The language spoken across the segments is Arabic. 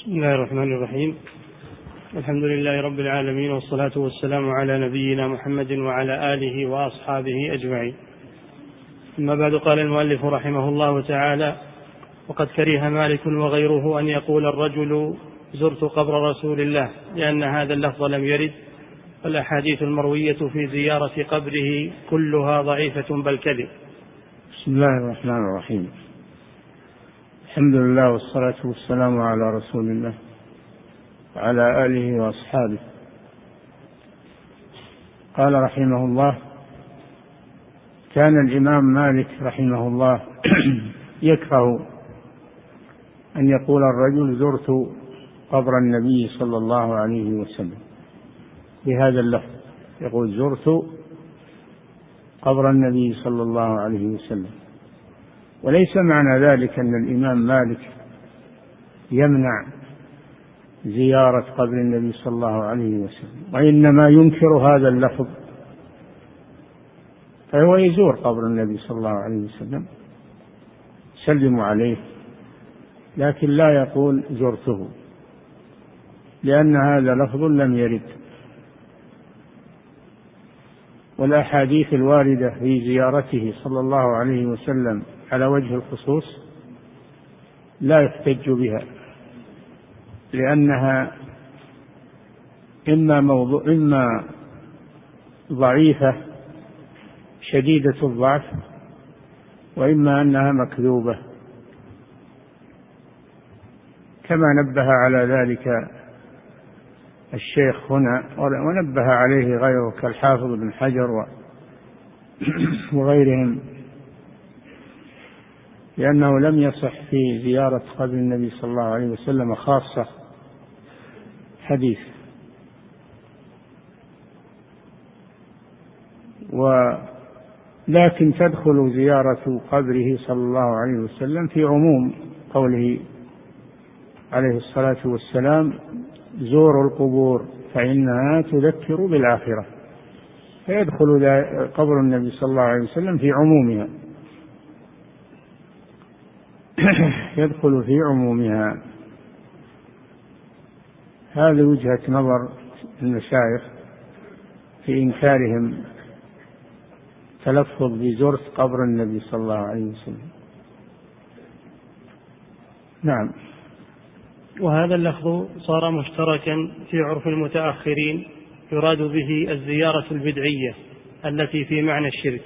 بسم الله الرحمن الرحيم. الحمد لله رب العالمين، والصلاة والسلام على نبينا محمد وعلى آله وأصحابه أجمعين. أما بعد، قال المؤلف رحمه الله تعالى: وقد كره مالك وغيره أن يقول الرجل زرت قبر رسول الله، لأن هذا اللفظ لم يرد، والأحاديث المروية في زيارة قبره كلها ضعيفة بل كذب. بسم الله الرحمن الرحيم. الحمد لله والصلاة والسلام على رسول الله وعلى آله وأصحابه. قال رحمه الله: كان الإمام مالك رحمه الله يكره أن يقول الرجل زرت قبر النبي صلى الله عليه وسلم بهذا اللفظ، يقول زرت قبر النبي صلى الله عليه وسلم. وليس معنى ذلك أن الإمام مالك يمنع زيارة قبر النبي صلى الله عليه وسلم، وإنما ينكر هذا اللفظ، فهو يزور قبر النبي صلى الله عليه وسلم، يسلم عليه، لكن لا يقول زرته، لأن هذا لفظ لم يرد. والأحاديث الواردة في زيارته صلى الله عليه وسلم على وجه الخصوص لا يحتج بها، لأنها إما ضعيفة شديدة الضعف، وإما أنها مكذوبة، كما نبه على ذلك الشيخ هنا، ونبه عليه غيره كالحافظ بن حجر وغيرهم، لأنه لم يصح في زيارة قبر النبي صلى الله عليه وسلم خاصة حديث. لكن تدخل زيارة قبره صلى الله عليه وسلم في عموم قوله عليه الصلاة والسلام: زوروا القبور فإنها تذكر بالآخرة، فيدخل قبر النبي صلى الله عليه وسلم في عمومها، يدخل في عمومها. هذه وجهة نظر المشايخ في إنكارهم تلفظ بزرت قبر النبي صلى الله عليه وسلم. نعم. وهذا اللفظ صار مشتركا في عرف المتأخرين، يراد به الزيارة البدعية التي في معنى الشرك،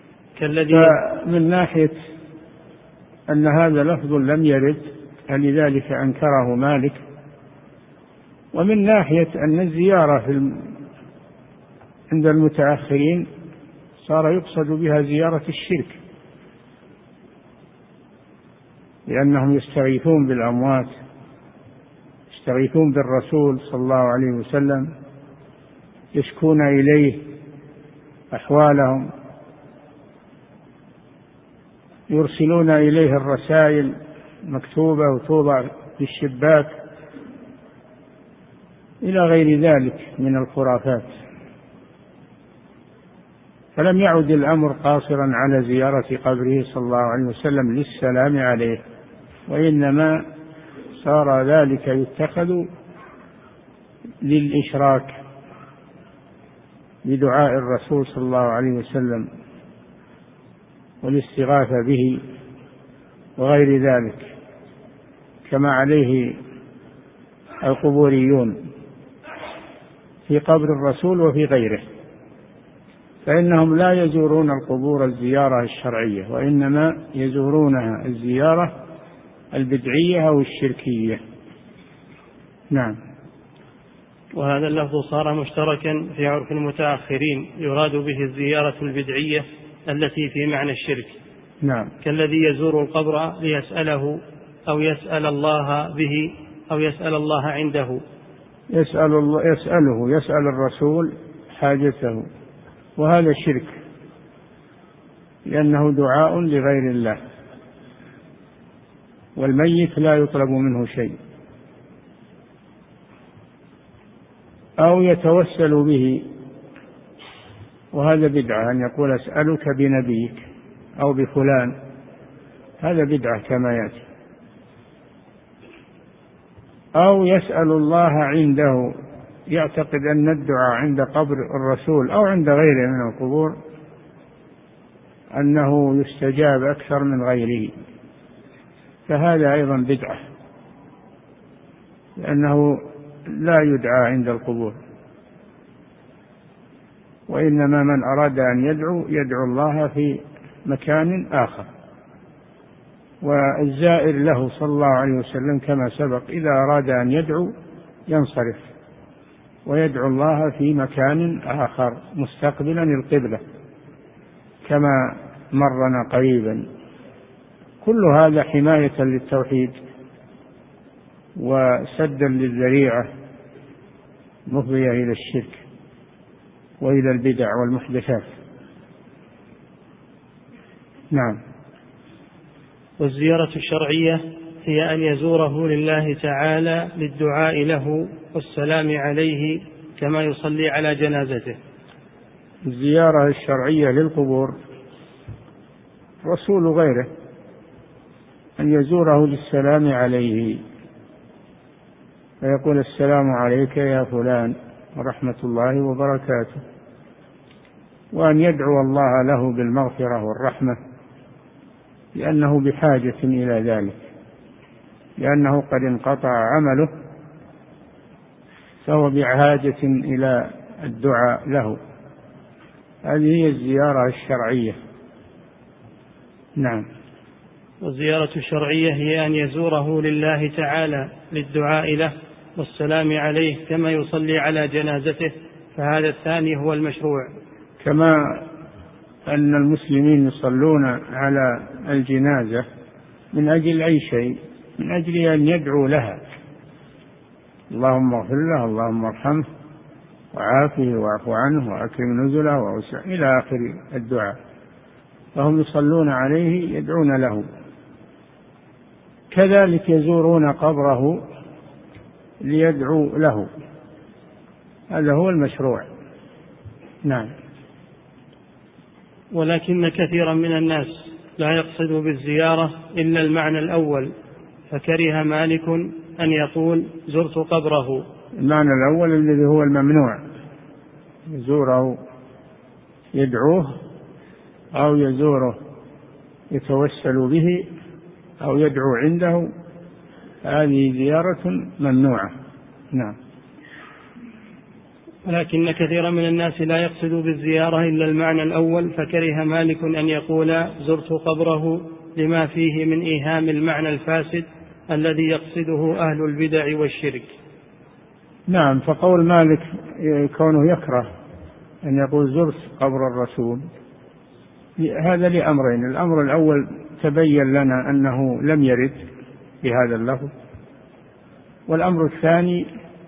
من ناحية أن هذا لفظ لم يرد فلذلك أنكره مالك، ومن ناحية أن الزيارة عند المتأخرين صار يقصد بها زيارة الشرك، لأنهم يستغيثون بالأموات، يستغيثون بالرسول صلى الله عليه وسلم، يشكون إليه أحوالهم، يرسلون إليه الرسائل مكتوبة وتوضع في الشباك إلى غير ذلك من الخرافات. فلم يعد الأمر قاصرا على زيارة قبره صلى الله عليه وسلم للسلام عليه، وإنما صار ذلك يتخذ للإشراك بدعاء الرسول صلى الله عليه وسلم والاستغاثة به وغير ذلك، كما عليه القبوريون في قبر الرسول وفي غيره، فإنهم لا يزورون القبور الزيارة الشرعية، وإنما يزورونها الزيارة البدعية أو الشركية. نعم. وهذا اللفظ صار مشتركا في عرف المتأخرين، يراد به الزيارة البدعية التي في معنى الشرك. نعم. كالذي يزور القبر ليسأله أو يسأل الله به أو يسأل الله عنده، يسأل الرسول حاجته، وهذا شرك، لأنه دعاء لغير الله، والميت لا يطلب منه شيء. أو يتوسل به، وهذا بدعة، أن يقول أسألك بنبيك أو بفلان، هذا بدعة كما يأتي. أو يسأل الله عنده، يعتقد أن الدعاء عند قبر الرسول أو عند غيره من القبور أنه يستجاب أكثر من غيره، فهذا أيضا بدعة، لأنه لا يدعى عند القبور، وإنما من أراد أن يدعو الله في مكان آخر. والزائر له صلى الله عليه وسلم كما سبق إذا أراد أن يدعو ينصرف ويدعو الله في مكان آخر مستقبلا القبلة كما مرنا قريبا. كل هذا حماية للتوحيد وسدا للذريعة مفضية إلى الشرك وإلى البدع والمحدثات. نعم. والزيارة الشرعية هي أن يزوره لله تعالى للدعاء له والسلام عليه كما يصلي على جنازته. الزيارة الشرعية للقبور رسول غيره أن يزوره للسلام عليه فيقول السلام عليك يا فلان ورحمة الله وبركاته، وأن يدعو الله له بالمغفرة والرحمة لأنه بحاجة إلى ذلك، لأنه قد انقطع عمله فهو بحاجة إلى الدعاء له. هذه هي الزيارة الشرعية. نعم. والزيارة الشرعية هي أن يزوره لله تعالى للدعاء له والسلام عليه كما يصلي على جنازته، فهذا الثاني هو المشروع. كما أن المسلمين يصلون على الجنازة من أجل أي شيء، من أجل أن يدعو لها، اللهم اغفر له، اللهم ارحمه وعافه واعف عنه وأكرم نزله وأوسع إلى آخر الدعاء، فهم يصلون عليه يدعون له. كذلك يزورون قبره ليدعو له، هذا هو المشروع. نعم. ولكن كثيرا من الناس لا يقصد بالزيارة إلا المعنى الأول، فكره مالك أن يقول زرت قبره. المعنى الأول الذي هو الممنوع، يزوره يدعوه أو يزوره يتوسل به أو يدعو عنده، هذه زيارة ممنوعة. نعم. ولكن كثيرا من الناس لا يقصد بالزيارة إلا المعنى الأول، فكره مالك أن يقول زرت قبره لما فيه من إيهام المعنى الفاسد الذي يقصده أهل البدع والشرك. نعم. فقول مالك كونه يكره أن يقول زرت قبر الرسول هذا لأمرين: الأمر الأول تبين لنا أنه لم يرد بهذا اللفظ، والأمر الثاني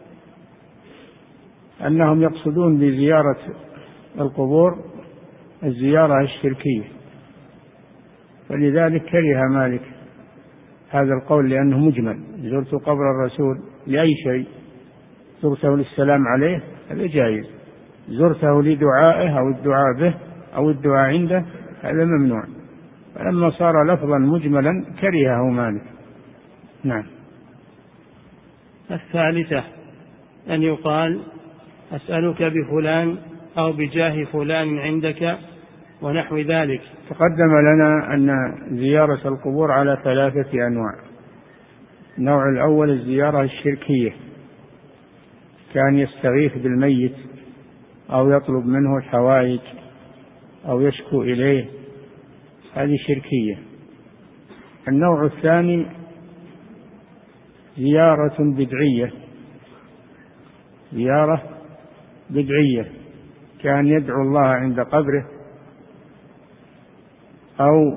أنهم يقصدون بزيارة القبور الزيارة الشركية، فلذلك كره مالك هذا القول لأنه مجمل. زرت قبر الرسول لأي شيء، زرته للسلام عليه هذا جائز، زرته لدعائه أو الدعاء به أو الدعاء عنده هذا ممنوع، فلما صار لفظا مجملا كرهه مالك. نعم. الثالثة أن يقال أسألك بفلان أو بجاه فلان عندك ونحو ذلك. تقدم لنا أن زيارة القبور على 3 أنواع. النوع الأول الزيارة الشركية، كان يستغيث بالميت أو يطلب منه الحوائج أو يشكو إليه، هذه شركية. النوع الثاني زيارة بدعية، زيارة بدعية، كان يدعو الله عند قبره أو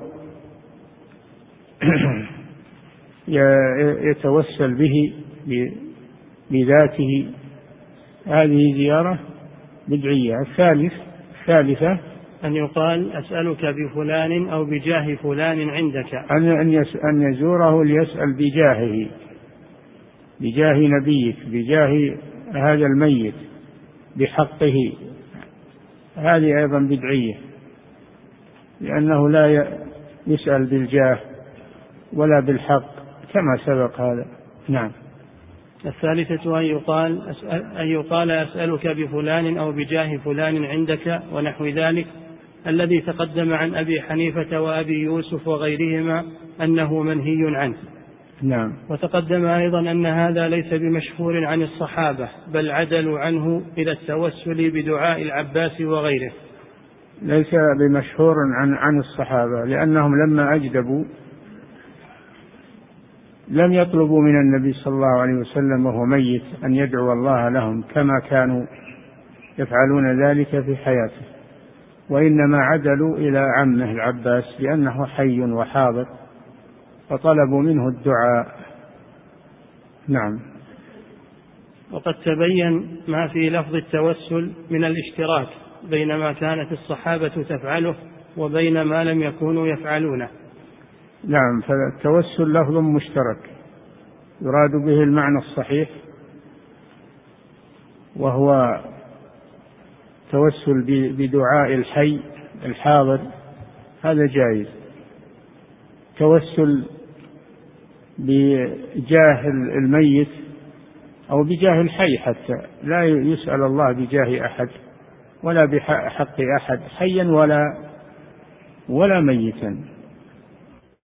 يتوسل به بذاته، هذه زيارة بدعية. الثالثة أن يقال أسألك بفلان أو بجاه فلان عندك، أن يزوره ليسأل بجاهه، بجاه نبيك، بجاه هذا الميت، بحقه، هذه أيضا بدعية، لأنه لا يسأل بالجاه ولا بالحق كما سبق هذا. نعم. الثالثة أن يقال أسألك بفلان أو بجاه فلان عندك ونحو ذلك، الذي تقدم عن أبي حنيفة وأبي يوسف وغيرهما أنه منهي عنه. نعم. وتقدم أيضا أن هذا ليس بمشهور عن الصحابة، بل عدلوا عنه إلى التوسل بدعاء العباس وغيره. ليس بمشهور عن الصحابة، لأنهم لما أجدبوا لم يطلبوا من النبي صلى الله عليه وسلم وهو ميت أن يدعو الله لهم كما كانوا يفعلون ذلك في حياته، وإنما عدلوا إلى عمه العباس لأنه حي وحاضر، فطلبوا منه الدعاء. نعم. وقد تبين ما في لفظ التوسل من الاشتراك بين ما كانت الصحابة تفعله وبين ما لم يكونوا يفعلونه. نعم، فالتوسل لفظ مشترك يراد به المعنى الصحيح، وهو توسل بدعاء الحي الحاضر، هذا جائز. توسل بجاه الميت أو بجاه الحي حتى، لا يسأل الله بجاه أحد ولا بحق أحد حيا ولا ميتا.